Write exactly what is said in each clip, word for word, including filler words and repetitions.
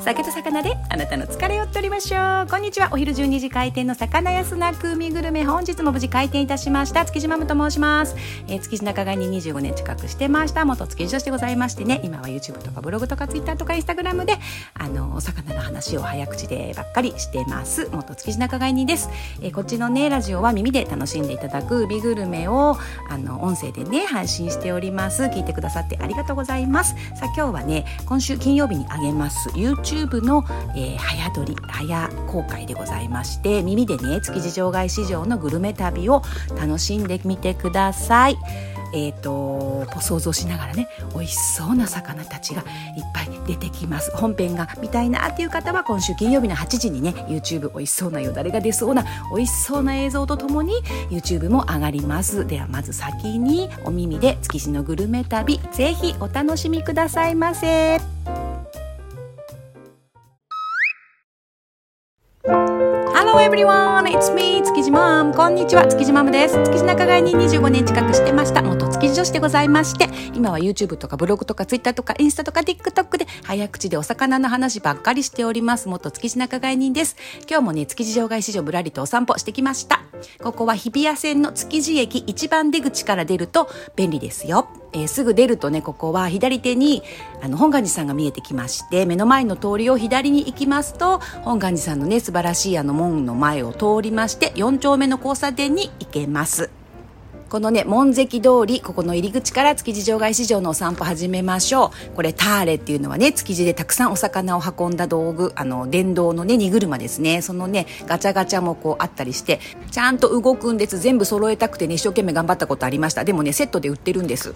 酒と魚であなたの疲れを取りましょう。こんにちは。お昼じゅうにじ開店の魚屋スナック海グルメ、本日も無事開店いたしました築地マムと申します、えー、築地仲買ににじゅうごねん近くしてました。元築地女子でございましてね、今は YouTube とかブログとか Twitter とか Instagram であのお魚の話を早口でばっかりしてます。元築地仲買人です、えー、こっちのねラジオは耳で楽しんでいただく海グルメをあの音声でね配信しております。聞いてくださってありがとうございます。さあ今日はね、今週金曜日にあげます YouTube の、えー、早撮り早公開でございまして、耳でね築地場外市場のグルメ旅を楽しんでみてください。えーと想像しながらね、美味しそうな魚たちがいっぱい出てきます。本編が見たいなっていう方は今週金曜日のはちじにね YouTube 美味しそうなよだれが出そうな美味しそうな映像とともに YouTube も上がります。ではまず先にお耳で築地のグルメ旅、ぜひお楽しみくださいませ。Hello everyone, it's me 築地マム。こんにちは、築地マムです。築地仲買ににじゅうごねん近くしてました。元築地女子でございまして、今は YouTube とかブログとか Twitter とかインスタとか TikTok で早口でお魚の話ばっかりしております。元築地仲買人です。今日もね築地場外市場ぶらりとお散歩してきました。ここは日比谷線の築地駅一番出口から出ると便利ですよ。えー、すぐ出るとね、ここは左手にあの本願寺さんが見えてきまして、目の前の通りを左に行きますと本願寺さんのね素晴らしいあの門の前を通りましてよん丁目の交差点に行けます。このね門跡通り、ここの入り口から築地場外市場のお散歩始めましょう。これターレっていうのはね、築地でたくさんお魚を運んだ道具、あの電動のね荷車ですね。そのねガチャガチャもこうあったりして、ちゃんと動くんです。全部揃えたくてね一生懸命頑張ったことありました。でもねセットで売ってるんです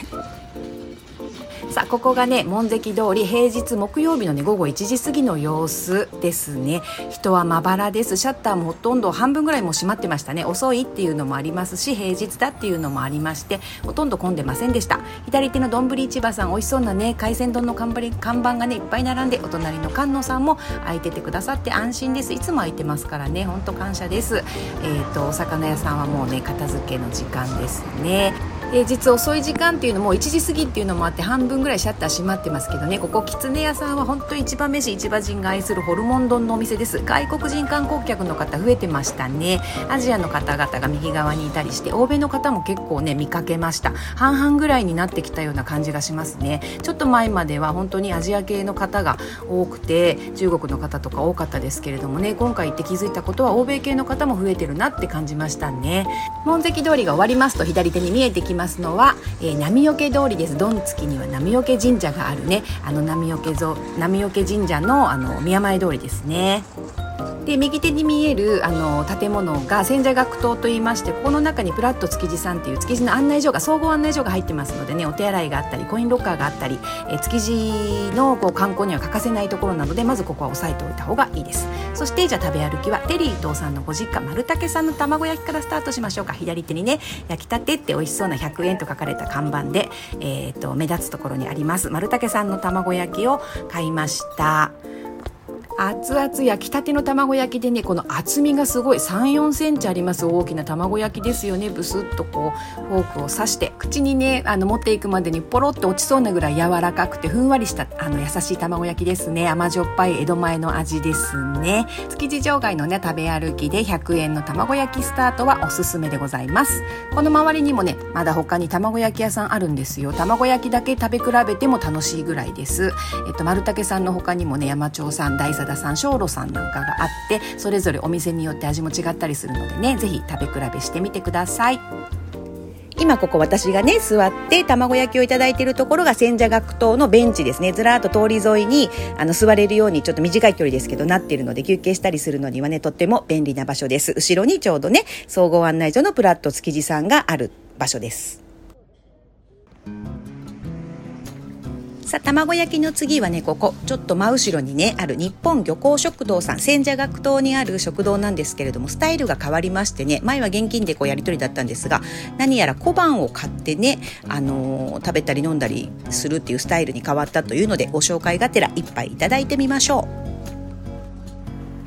さあここがね門跡通り、平日木曜日のね午後いちじ過ぎの様子ですね。人はまばらです。シャッターもほとんど半分ぐらいもう閉まってましたね。遅いっていうのもありますし、平日だっていうのもありまして、ほとんど混んでませんでした。左手のどんぶり市場さん、美味しそうなね海鮮丼の看板がねいっぱい並んで、お隣の菅野さんも開いててくださって安心です。いつも開いてますからね、本当感謝です。えーとお魚屋さんはもうね片付けの時間ですね。平日遅い時間っていうのもいちじ過ぎっていうのもあって半分ぐらいシャッター閉まってますけどね、ここきつね屋さんは本当に市場飯市場人が愛するホルモン丼のお店です。外国人観光客の方増えてましたね。アジアの方々が右側にいたりして、欧米の方も結構ね見かけました。半々ぐらいになってきたような感じがしますね。ちょっと前までは本当にアジア系の方が多くて、中国の方とか多かったですけれどもね、今回行って気づいたことは欧米系の方も増えてるなって感じましたね。門跡通りが終わりますと左手に見えてきますのは、えー、波除通りです。どんつきには波除神社があるね、あの波除ぞ波除神社のあの宮前通りですね。で右手に見えるあの建物が千社学棟といいまして、ここの中にプラット築地さんっていう築地の案内所が、総合案内所が入ってますのでね、お手洗いがあったりコインロッカーがあったり、え築地のこう観光には欠かせないところなので、まずここは押さえておいた方がいいです。そしてじゃあ食べ歩きはテリー伊藤さんのご実家丸竹さんの卵焼きからスタートしましょうか。左手にね焼きたてって美味しそうなひゃくえんと書かれた看板で、えー、と目立つところにあります丸竹さんの卵焼きを買いました。熱々焼きたての卵焼きでね、この厚みがすごいさん、よんセンチあります。大きな卵焼きですよね。ブスッとこうフォークを刺して口にねあの持っていくまでにポロッと落ちそうなぐらい柔らかくてふんわりしたあの優しい卵焼きですね。甘じょっぱい江戸前の味ですね。築地場外のね食べ歩きでひゃくえんの卵焼きスタートはおすすめでございます。この周りにもねまだ他に卵焼き屋さんあるんですよ。卵焼きだけ食べ比べても楽しいぐらいです。えっと丸竹さんの他にもね山頂さん、大佐田さん、小路さんなんかがあって、それぞれお店によって味も違ったりするのでね、ぜひ食べ比べしてみてください。今ここ私がね座って卵焼きをいただいているところが千社学棟のベンチですね。ずらーっと通り沿いにあの座れるようにちょっと短い距離ですけどなっているので、休憩したりするのにはねとっても便利な場所です。後ろにちょうどね総合案内所のプラット築地さんがある場所です。さあ卵焼きの次はね、ここちょっと真後ろにねある日本漁港食堂さん、千社学棟にある食堂なんですけれども、スタイルが変わりましてね、前は現金でこうやり取りだったんですが、何やら小判を買ってね、あのー、食べたり飲んだりするっていうスタイルに変わったというので、ご紹介がてら一杯いただいてみましょう。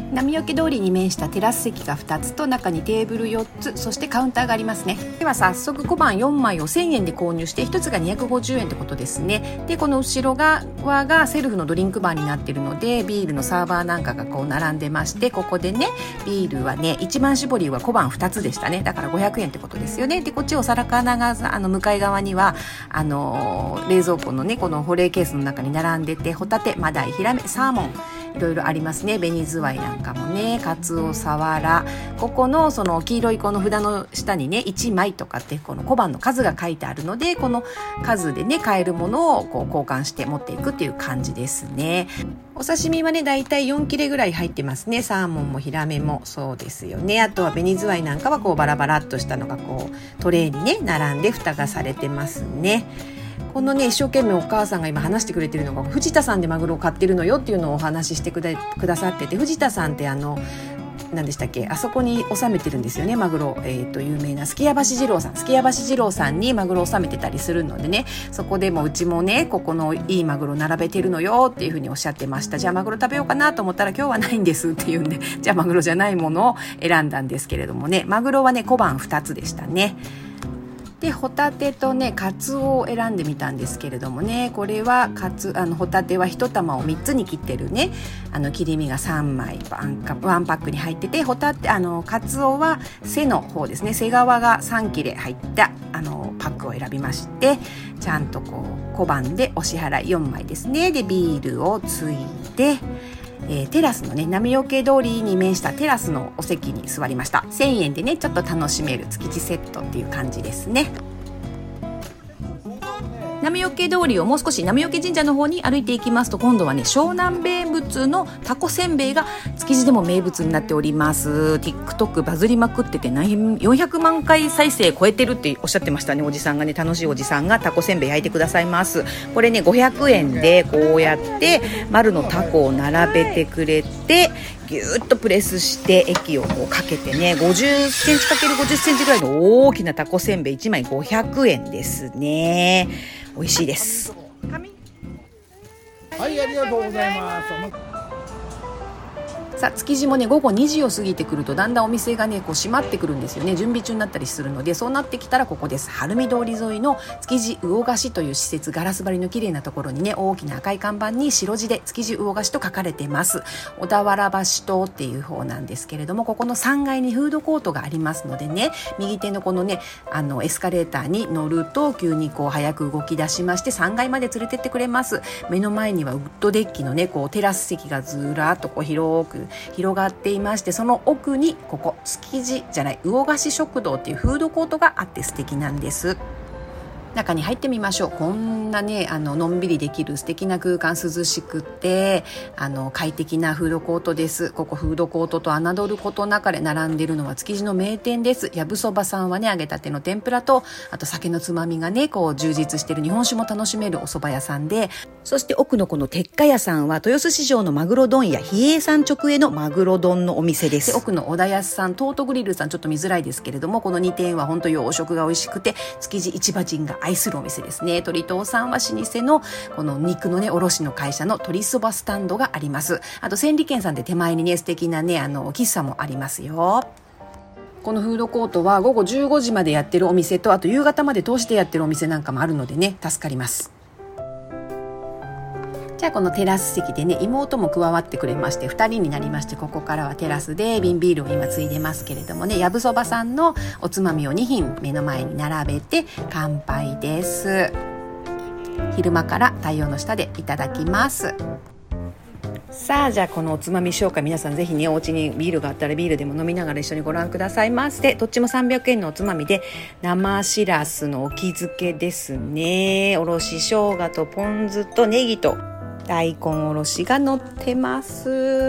波除通りに面したテラス席がふたつと中にテーブルよっつ、そしてカウンターがありますね。では早速小判よんまいをせんえんで購入してひとつがにひゃくごじゅうえんってことですね。でこの後ろ側がセルフのドリンクバーになっているのでビールのサーバーなんかがこう並んでまして、ここでねビールはね一番搾りは小判ふたつでしたね。だからごひゃくえんってことですよね。でこっちお皿金があの向かい側にはあのー、冷蔵庫のねこの保冷ケースの中に並んでてホタテ、マダイ、ヒラメ、サーモンいろいろありますね。紅ズワイなんかもね、カツオ、サワラ、ここのその黄色いこの札の下にねいちまいとかってこの小判の数が書いてあるので、この数でね買えるものをこう交換して持っていくっていう感じですね。お刺身はねだいたいよん切れぐらい入ってますね。サーモンもヒラメもそうですよね。あとは紅ズワイなんかはこうバラバラっとしたのがこうトレーにね並んで蓋がされてますね。このね一生懸命お母さんが今話してくれてるのが藤田さんでマグロを買ってるのよっていうのをお話ししてくだ、くださってて、藤田さんってあの何でしたっけ、あそこに収めてるんですよねマグロ、えー、と有名なすきや橋二郎さんすきや橋二郎さんにマグロを収めてたりするのでね、そこでもうちもねここのいいマグロ並べてるのよっていうふうにおっしゃってました。じゃあマグロ食べようかなと思ったら今日はないんですっていうんで、じゃあマグロじゃないものを選んだんですけれどもね、マグロはね小判ふたつでしたね。でホタテとねカツオを選んでみたんですけれどもね、これはカツあのホタテは一玉をみっつに切ってるねあの切り身がさんまいワンカワンパックに入ってて、ホタテあのカツオは背の方ですね、背側がさん切れ入ったあのパックを選びまして、ちゃんとこう小判でお支払いよんまいですね。でビールをついてえー、テラスのね波除通りに面したテラスのお席に座りました。せんえんでねちょっと楽しめる築地セットっていう感じですね。波除通りをもう少し波除神社の方に歩いていきますと、今度はね湘南名物のタコせんべいが築地でも名物になっております。 TikTok バズりまくっててよんひゃくまんかい再生超えてるっておっしゃってましたね。おじさんがね楽しいおじさんがタコせんべい焼いてくださいます。これねごひゃくえんでこうやって丸のタコを並べてくれてギューッとプレスして液をこうかけてねごじゅっセンチ ×ごじゅっセンチぐらいの大きなタコせんべいいちまいごひゃくえんですね。美味しいです。 はい、ありがとうございます。 さあ築地もね午後にじを過ぎてくるとだんだんお店がねこう閉まってくるんですよね。準備中になったりするので、そうなってきたらここです。晴海通り沿いの築地魚河岸という施設、ガラス張りの綺麗なところにね大きな赤い看板に白字で築地魚河岸と書かれてます。小田原橋島っていう方なんですけれども、ここのさんがいにフードコートがありますのでね、右手のこのねあのエスカレーターに乗ると急にこう早く動き出しましてさんがいまで連れてってくれます。目の前にはウッドデッキのねこうテラス席がずらっとこう広く広がっていまして、その奥にここ築地じゃない魚河岸食堂っていうフードコートがあって素敵なんです。中に入ってみましょう。こんなねあののんびりできる素敵な空間、涼しくてあの快適なフードコートです。ここフードコートと侮ることなかれ並んでいるのは築地の名店です。やぶそばさんはね揚げたての天ぷらと、あと酒のつまみがねこう充実している日本酒も楽しめるお蕎麦屋さんで、そして奥のこの鉄火屋さんは豊洲市場のマグロ問屋比叡山直営のマグロ丼のお店です。で奥の小田安さん、トートグリルさんちょっと見づらいですけれども、このにてんは本当洋食が美味しくて築地市場人が愛するお店ですね。鳥藤さんは老舗のこの肉のね卸の会社の鶏そばスタンドがあります。あと千里軒さんで手前にね素敵なねあの喫茶もありますよ。このフードコートは午後じゅうごじまでやってるお店と、あと夕方まで通してやってるお店なんかもあるのでね助かります。じゃあこのテラス席でね妹も加わってくれましてふたりになりまして、ここからはテラスで瓶ビールを今ついでますけれどもね、やぶそばさんのおつまみをにひん目の前に並べて乾杯です。昼間から太陽の下でいただきます。さあじゃあこのおつまみ紹介、皆さんぜひねお家にビールがあったらビールでも飲みながら一緒にご覧くださいまして、どっちもさんびゃくえんのおつまみで生しらすのお気づけですね。おろし生姜とポン酢とネギと大根おろしが乗ってます。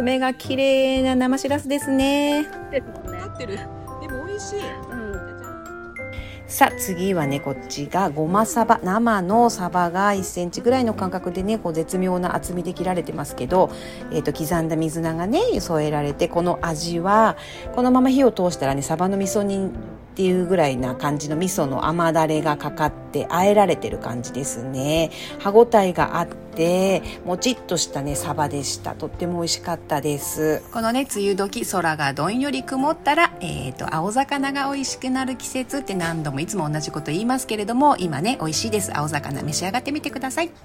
目が綺麗な生しらすですね。 でも美味しい、うん、 さあ次はねこっちがごまサバ、生のサバがいっセンチぐらいの間隔でねこう絶妙な厚みで切られてますけど、えーと刻んだ水菜がね添えられて、この味はこのまま火を通したらねサバの味噌煮っていうぐらいな感じの味噌の甘だれがかかって和えられてる感じですね。歯ごたえがあってもちっとしたねサバでした。とっても美味しかったです。このね梅雨時空がどんより曇ったら、えーと青魚が美味しくなる季節って何度もいつも同じこと言いますけれども、今ね美味しいです。青魚召し上がってみてください。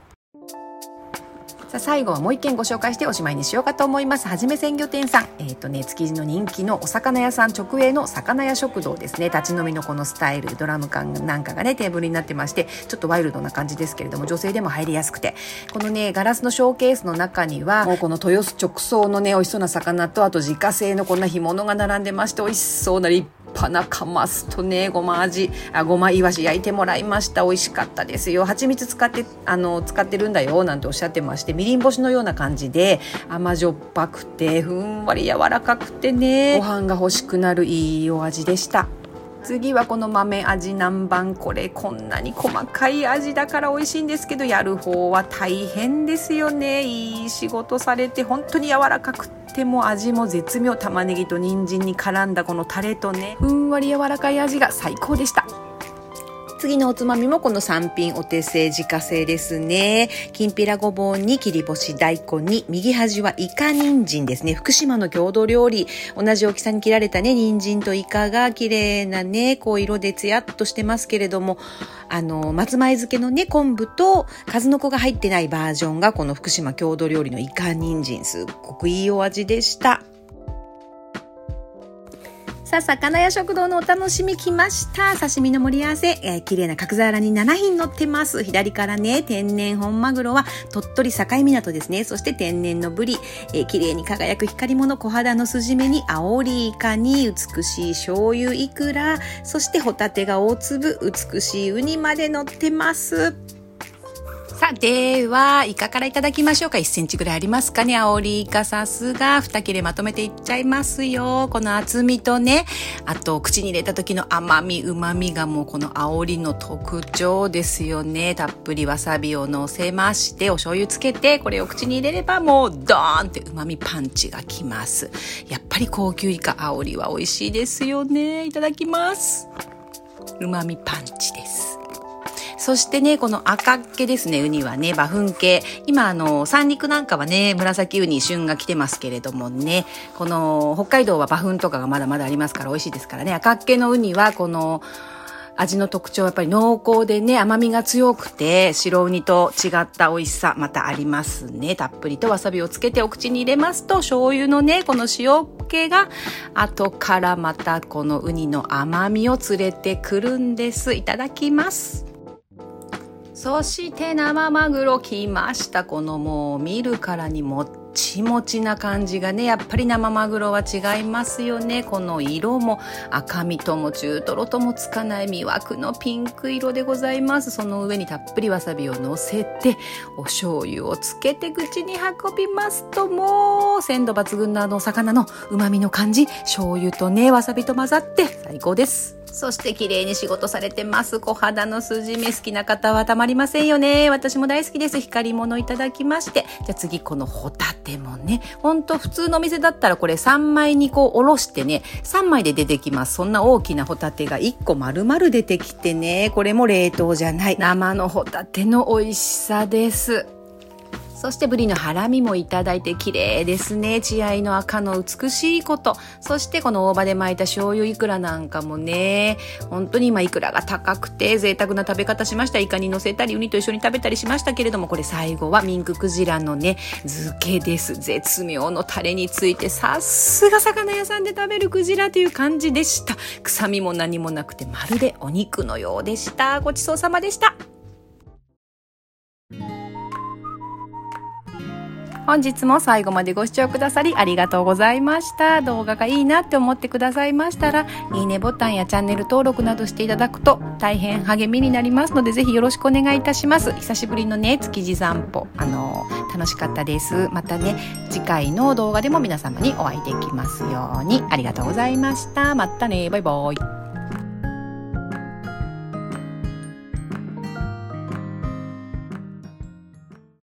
さあ最後はもう一軒ご紹介しておしまいにしようかと思います。はじめ鮮魚店さん、えっとね築地の人気のお魚屋さん直営の魚屋食堂ですね。立ち飲みのこのスタイル、ドラム缶なんかがねテーブルになってまして、ちょっとワイルドな感じですけれども女性でも入りやすくて、このねガラスのショーケースの中にはもうこの豊洲直送のね美味しそうな魚と、あと自家製のこんな干物が並んでまして、美味しそうな立派なカマスとねごま味あごまイワシ焼いてもらいました。美味しかったですよ。蜂蜜使ってあの使ってるんだよなんておっしゃってまして、みりん干しのような感じで甘じょっぱくてふんわり柔らかくてね、ご飯が欲しくなるいいお味でした。次はこの豆味南蛮、これこんなに細かい味だから美味しいんですけど、やる方は大変ですよね。いい仕事されて本当に柔らかくても味も絶妙。玉ねぎと人参に絡んだこのタレとねふんわり柔らかい味が最高でした。次のおつまみもこのさん品お手製自家製ですね。きんぴらごぼうに切り干し大根に右端はイカ人参ですね。福島の郷土料理、同じ大きさに切られたね人参とイカが綺麗なねこう色でツヤっとしてますけれども、あの松前漬けのね昆布と数の子が入ってないバージョンがこの福島郷土料理のイカ人参、すっごくいいお味でした。さあ魚屋食堂のお楽しみ来ました。刺身の盛り合わせ、えー、綺麗な角皿になな品載ってます。左からね天然本マグロは鳥取境港ですね。そして天然のブリ、えー、綺麗に輝く光り物小肌のスジメにアオリイカに美しい醤油イクラ、そしてホタテが大粒、美しいウニまで載ってます。さあではイカからいただきましょうか。いっセンチぐらいありますかね。アオリイカさすがに切れまとめていっちゃいますよ。この厚みとね、あと口に入れた時の甘み旨みがもうこのアオリの特徴ですよね。たっぷりわさびを乗せましてお醤油つけてこれを口に入れればもうドーンって旨みパンチがきます。やっぱり高級イカアオリは美味しいですよね。いただきます。旨みパンチです。そしてねこの赤っ気ですね。ウニはね馬糞系、今あの三陸なんかはね紫ウニ旬が来てますけれどもね、この北海道は馬糞とかがまだまだありますから美味しいですからね。赤っ気のウニはこの味の特徴はやっぱり濃厚でね甘みが強くて白ウニと違った美味しさまたありますね。たっぷりとわさびをつけてお口に入れますと醤油のねこの塩気が後からまたこのウニの甘みを連れてくるんです。いただきます。そして生マグロ来ました。このもう見るからにもっちもちな感じがね、やっぱり生マグロは違いますよね。この色も赤身とも中トロともつかない魅惑のピンク色でございます。その上にたっぷりわさびを乗せてお醤油をつけて口に運びますと、もう鮮度抜群なあのお魚の旨味の感じ、醤油とねわさびと混ざって最高です。そして綺麗に仕事されてます。小肌のスジメ好きな方はたまりませんよね。私も大好きです。光り物いただきまして、じゃあ次このホタテもね、ほんと普通のお店だったらこれさんまいにこうおろしてねさんまいで出てきます。そんな大きなホタテがいっこ丸々出てきてね、これも冷凍じゃない生のホタテの美味しさです。そしてブリのハラミもいただいて綺麗ですね。血合いの赤の美しいこと。そしてこの大葉で巻いた醤油イクラなんかもね、本当に今イクラが高くて贅沢な食べ方しました。イカに乗せたりウニと一緒に食べたりしましたけれども、これ最後はミンククジラのね漬けです。絶妙のタレについて、さすが魚屋さんで食べるクジラという感じでした。臭みも何もなくてまるでお肉のようでした。ごちそうさまでした。本日も最後までご視聴くださりありがとうございました。動画がいいなって思ってくださいましたら、いいねボタンやチャンネル登録などしていただくと大変励みになりますので、ぜひよろしくお願いいたします。久しぶりのね築地散歩、あの楽しかったです。またね次回の動画でも皆様にお会いできますように。ありがとうございました。またね、バイバイ。